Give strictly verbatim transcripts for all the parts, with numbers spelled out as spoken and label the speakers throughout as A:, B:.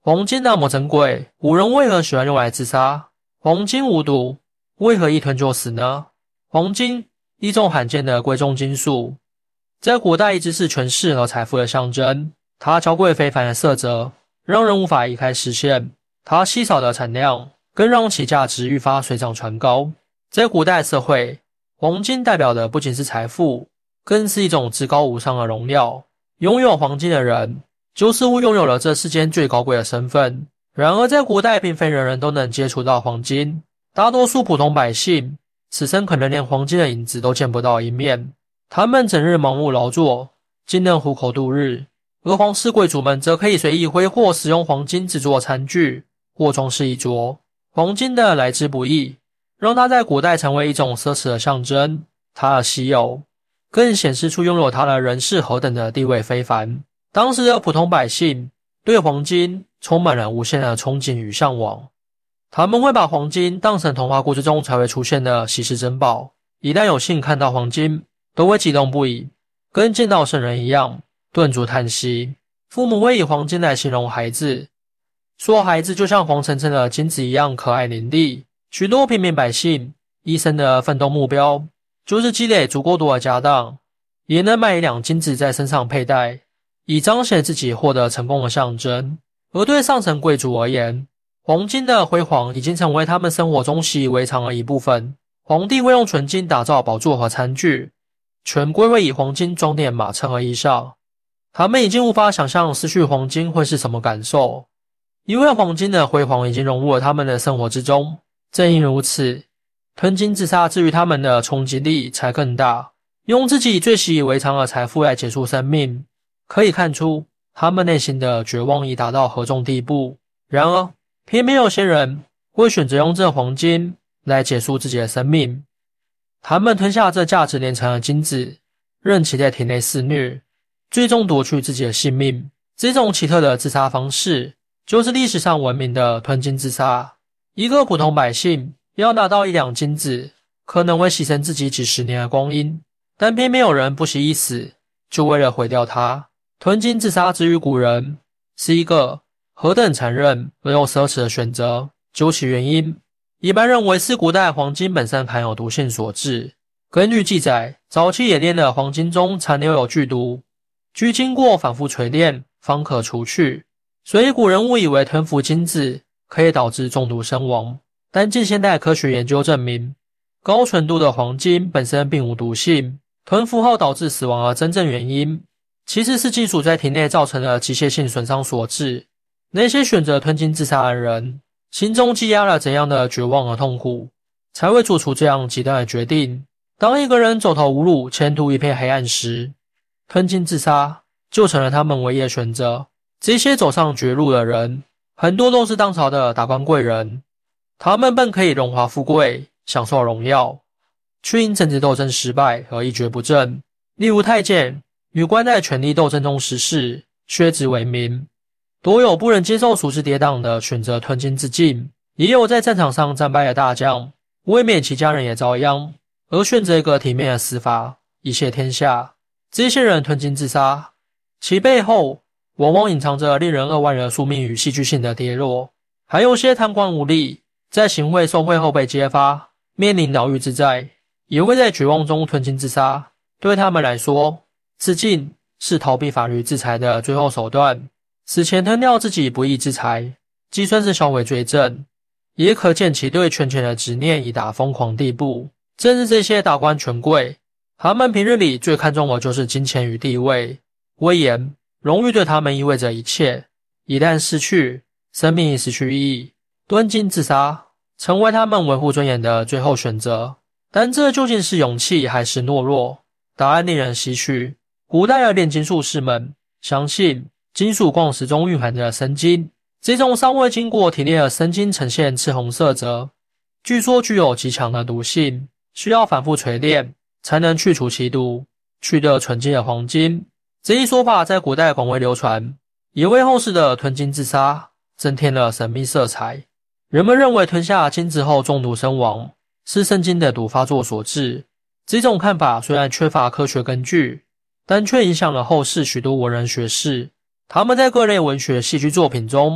A: 黄金那么珍贵，古人为何喜欢用来自杀？黄金无毒，为何一吞就死呢？黄金，一种罕见的贵重金属，在古代一直是权势和财富的象征。它娇贵非凡的色泽，让人无法移开视线。它稀少的产量，更让其价值愈发水涨船高。在古代社会，黄金代表的不仅是财富，更是一种至高无上的荣耀。拥有黄金的人，就似乎拥有了这世间最高贵的身份。然而在古代并非人人都能接触到黄金，大多数普通百姓此生可能连黄金的影子都见不到一面。他们整日忙碌劳作，仅能糊口度日，而皇室贵族们则可以随意挥霍使用黄金制作餐具或装饰衣着。黄金的来之不易，让它在古代成为一种奢侈的象征。它的稀有，更显示出拥有它的人是何等的地位非凡。当时的普通百姓对黄金充满了无限的憧憬与向往，他们会把黄金当成童话故事中才会出现的稀世珍宝，一旦有幸看到黄金，都会激动不已，跟见到圣人一样，顿足叹息。父母会以黄金来形容孩子，说孩子就像黄澄澄的金子一样可爱伶俐。许多平民百姓一生的奋斗目标，就是积累足够多的家当，也能买一两金子在身上佩戴，以彰显自己获得成功的象征。而对上层贵族而言，黄金的辉煌已经成为他们生活中习以为常的一部分。皇帝会用纯金打造宝座和餐具，权贵会以黄金装点马车和衣裳。他们已经无法想象失去黄金会是什么感受，因为黄金的辉煌已经融入了他们的生活之中。正因如此，吞金自杀至于他们的冲击力才更大。用自己最习以为常的财富来结束生命，可以看出他们内心的绝望已达到何种地步。然而偏偏有些人会选择用这黄金来结束自己的生命。他们吞下这价值连城的金子，任其在体内肆虐，最终夺去自己的性命。这种奇特的自杀方式就是历史上闻名的吞金自杀。一个普通百姓要拿到一两金子，可能会牺牲自己几十年的光阴，但偏偏有人不惜一死，就为了毁掉它。吞金自杀之于古人，是一个何等残忍而又奢侈的选择。究其原因，一般认为是古代黄金本身含有毒性所致。根据记载，早期冶炼的黄金中残留有剧毒，需经过反复锤炼方可除去，所以古人误以为吞服金子可以导致中毒身亡。但近现代科学研究证明，高纯度的黄金本身并无毒性，吞服后导致死亡的真正原因其实是金属在体内造成的机械性损伤所致。那些选择吞金自杀的人，心中积压了怎样的绝望和痛苦，才会做出这样极端的决定。当一个人走投无路，前途一片黑暗时，吞金自杀就成了他们唯一的选择。这些走上绝路的人，很多都是当朝的达官贵人，他们本可以荣华富贵，享受荣耀，却因政治斗争失败而一蹶不振。例如太监与官在权力斗争中失势，削职为民，多有不忍接受俗世跌宕的选择吞金自尽，也有在战场上战败的大将，为免其家人也遭殃，而选择一个体面的死法，以谢天下。这些人吞金自杀，其背后往往隐藏着令人扼腕的宿命与戏剧性的跌落。还有些贪官污吏，在行贿受贿后被揭发，面临牢狱之灾，也会在绝望中吞金自杀。对他们来说，自尽是逃避法律制裁的最后手段，死前吞掉自己不义之财，既算是销毁罪证，也可见其对权权的执念已达疯狂地步。正是这些达官权贵，他们平日里最看重的就是金钱与地位，威严、荣誉对他们意味着一切，一旦失去，生命已失去意义，吞金自杀成为他们维护尊严的最后选择。但这究竟是勇气还是懦弱？答案令人唏嘘。古代的炼金术士们相信金属矿石中蕴含着生金，这种尚未经过提炼的生金呈现赤红色泽，据说具有极强的毒性，需要反复锤炼才能去除其毒，取得纯金的黄金。这一说法在古代广为流传，也为后世的吞金自杀增添了神秘色彩。人们认为吞下金子后中毒身亡是生金的毒发作所致。这种看法虽然缺乏科学根据，但却影响了后世许多文人学士。他们在各类文学戏剧作品中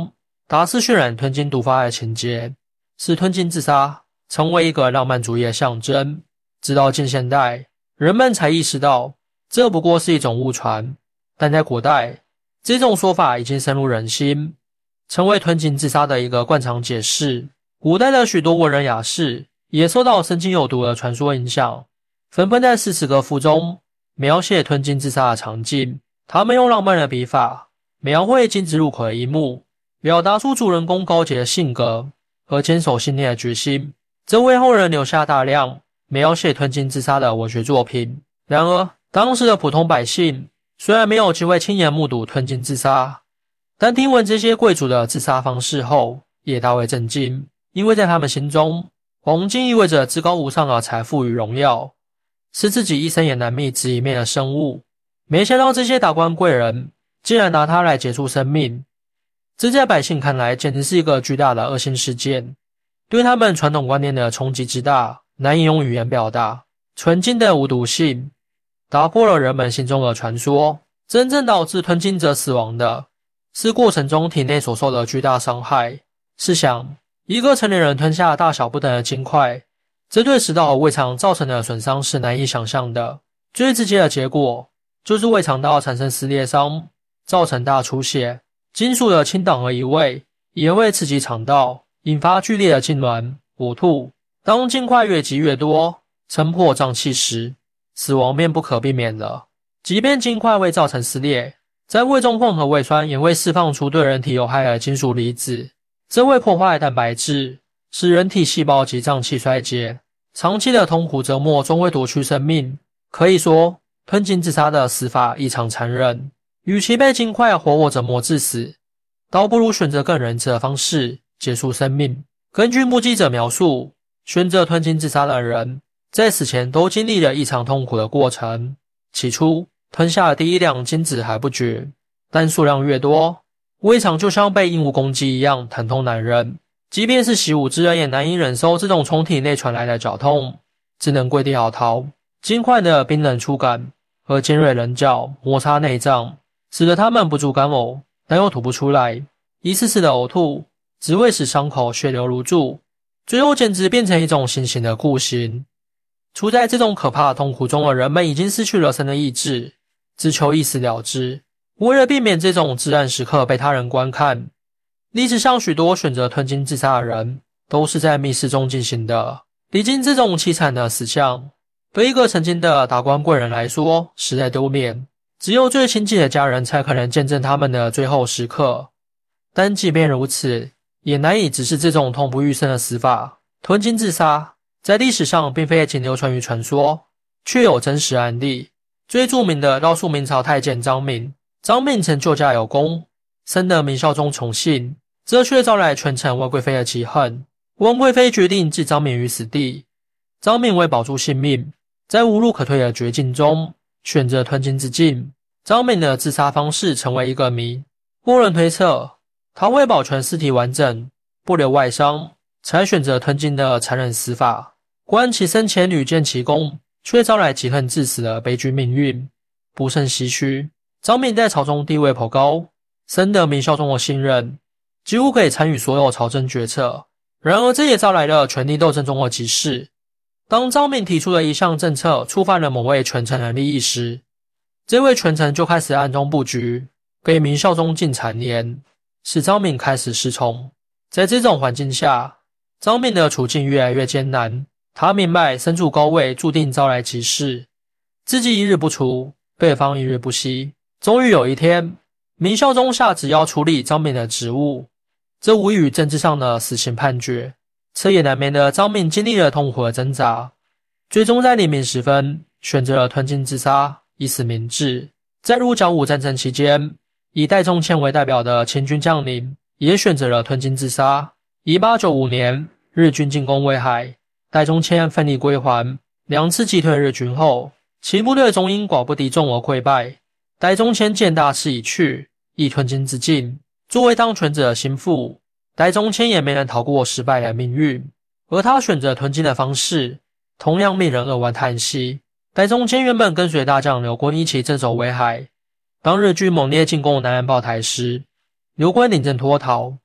A: 大肆渲染吞金毒发的情节，使吞金自杀成为一个浪漫主义的象征。直到近现代，人们才意识到这不过是一种误传，但在古代，这种说法已经深入人心，成为吞金自杀的一个惯常解释。古代的许多文人雅士也受到生津有毒的传说影响，纷纷在诗词歌赋中描写吞金自杀的场景。他们用浪漫的笔法描绘禁止入口的一幕，表达出主人公高洁的性格和坚守信念的决心，这为后人留下大量描写吞金自杀的文学作品。然而，当时的普通百姓虽然没有机会亲眼目睹吞金自杀，但听闻这些贵族的自杀方式后，也大为震惊，因为在他们心中，黄金意味着至高无上的财富与荣耀，是自己一生也难觅之一面的生物。没想到这些达官贵人竟然拿它来结束生命，这在百姓看来简直是一个巨大的恶性事件，对他们传统观念的冲击之大，难以用语言表达。纯金的无毒性打破了人们心中的传说，真正导致吞金者死亡的是过程中体内所受的巨大伤害。试想，一个成年人吞下大小不等的金块，这对食道和胃肠造成的损伤是难以想象的。最直接的结果就是胃肠道产生撕裂伤，造成大出血。金属的倾倒和移位也会刺激肠道，引发剧烈的痉挛、呕吐。当金块越积越多，撑破脏器时，死亡便不可避免了。即便金块未造成撕裂，在胃中混合胃酸也会释放出对人体有害的金属离子，这会破坏蛋白质，使人体细胞及脏器衰竭。长期的痛苦折磨终会夺去生命。可以说，吞金自杀的死法异常残忍，与其被金块活活折磨致死，倒不如选择更仁慈的方式结束生命。根据目击者描述，选择吞金自杀的人在死前都经历了异常痛苦的过程。起初，吞下的第一两金子还不觉，但数量越多，胃肠就像被硬物攻击一样疼痛难忍。即便是习武之人也难以忍受这种从体内传来的绞痛，只能跪地熬逃。金块的冰冷触感和尖锐棱角摩擦内脏，使得他们不住干呕，但又吐不出来。一次次的呕吐只会使伤口血流如注，最后简直变成一种新型的酷刑。处在这种可怕的痛苦中的人们已经失去了生的意志，只求一死了之。为了避免这种至暗时刻被他人观看，历史上许多选择吞金自杀的人都是在密室中进行的。历经这种凄惨的死相，对一个曾经的达官贵人来说实在丢脸，只有最亲近的家人才可能见证他们的最后时刻。但即便如此，也难以直视这种痛不欲生的死法。吞金自杀在历史上并非仅流传于传说，却有真实案例。最著名的绕树明朝太监张敏，张敏曾救驾有功，深得明孝宗宠幸，这却招来权臣温贵妃的嫉恨。温贵妃决定置张敏于死地。张敏为保住性命，在无路可退的绝境中选择吞金自尽。张敏的自杀方式成为一个谜，后人推测他为保全尸体完整，不留外伤，才选择吞金的残忍死法。观其生前屡建奇功，却招来嫉恨致死的悲剧命运，不胜唏嘘。张敏在朝中地位颇高，深得明孝宗的信任，几乎可以参与所有朝政决策。然而这也招来了权力斗争中的急事。当张敏提出的一项政策触犯了某位权臣的利益时，这位权臣就开始暗中布局，给明孝宗进谗言，使张敏开始失宠。在这种环境下，张敏的处境越来越艰难。他明白身处高位注定招来急事，自己一日不除，对方一日不息。终于有一天，明孝宗下旨要处理张敏的职务，这无异于政治上的死刑判决。彻夜难眠的张敏经历了痛苦的挣扎，最终在黎明时分选择了吞金自杀，以死明志。在入甲午战争期间，以戴宗谦为代表的清军将领也选择了吞金自杀。一八九五年，日军进攻威海，戴宗谦奋力归还，两次击退日军后，其部队中因寡不敌众而溃败。戴宗谦见大势已去，亦吞金自尽。作为当权者的心腹，戴宗谦也没能逃过失败的命运，而他选择吞金的方式同样令人扼腕叹息。戴宗谦原本跟随大将刘珪一起镇守威海，当日军猛烈进攻南安炮台时，刘珪临阵脱逃，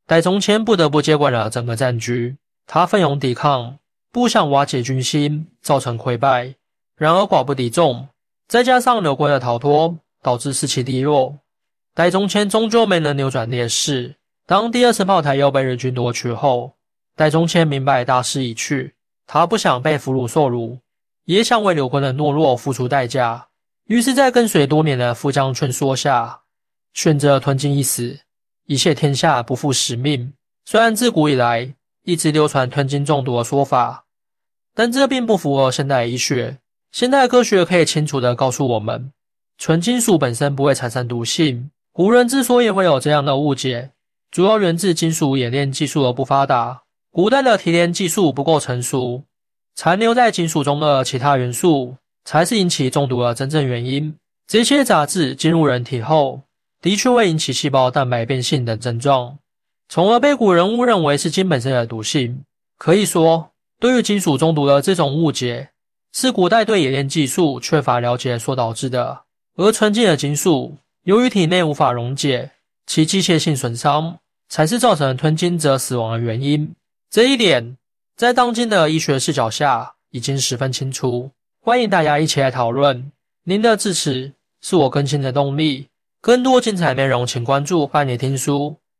A: 戴宗谦不得不接管了整个战局。他奋勇抵抗，不想瓦解军心，造成溃败。然而寡不敌众，再加上刘贵的逃脱，导致士气低落。戴宗谦终究没能扭转劣势。当第二次炮台又被日军夺取后，戴宗谦明白大势已去，他不想被俘虏受辱，也想为刘坤的懦弱付出代价。于是在跟随多年的副将劝说下，选择吞金一死，以谢天下，不负使命。虽然自古以来一直流传吞金中毒的说法，但这并不符合现代医学。现代科学可以清楚地告诉我们，纯金属本身不会产生毒性。古人之所以会有这样的误解，主要源自金属冶炼技术的不发达，古代的提炼技术不够成熟，残留在金属中的其他元素才是引起中毒的真正原因。这些杂质进入人体后，的确会引起细胞蛋白变性等症状，从而被古人误认为是金本身的毒性。可以说，对于金属中毒的这种误解，是古代对冶炼技术缺乏了解所导致的。而纯净的金属，由于体内无法溶解，其机械性损伤才是造成吞金者死亡的原因。这一点在当今的医学视角下已经十分清楚，欢迎大家一起来讨论。您的支持是我更新的动力，更多精彩内容请关注伴你听书。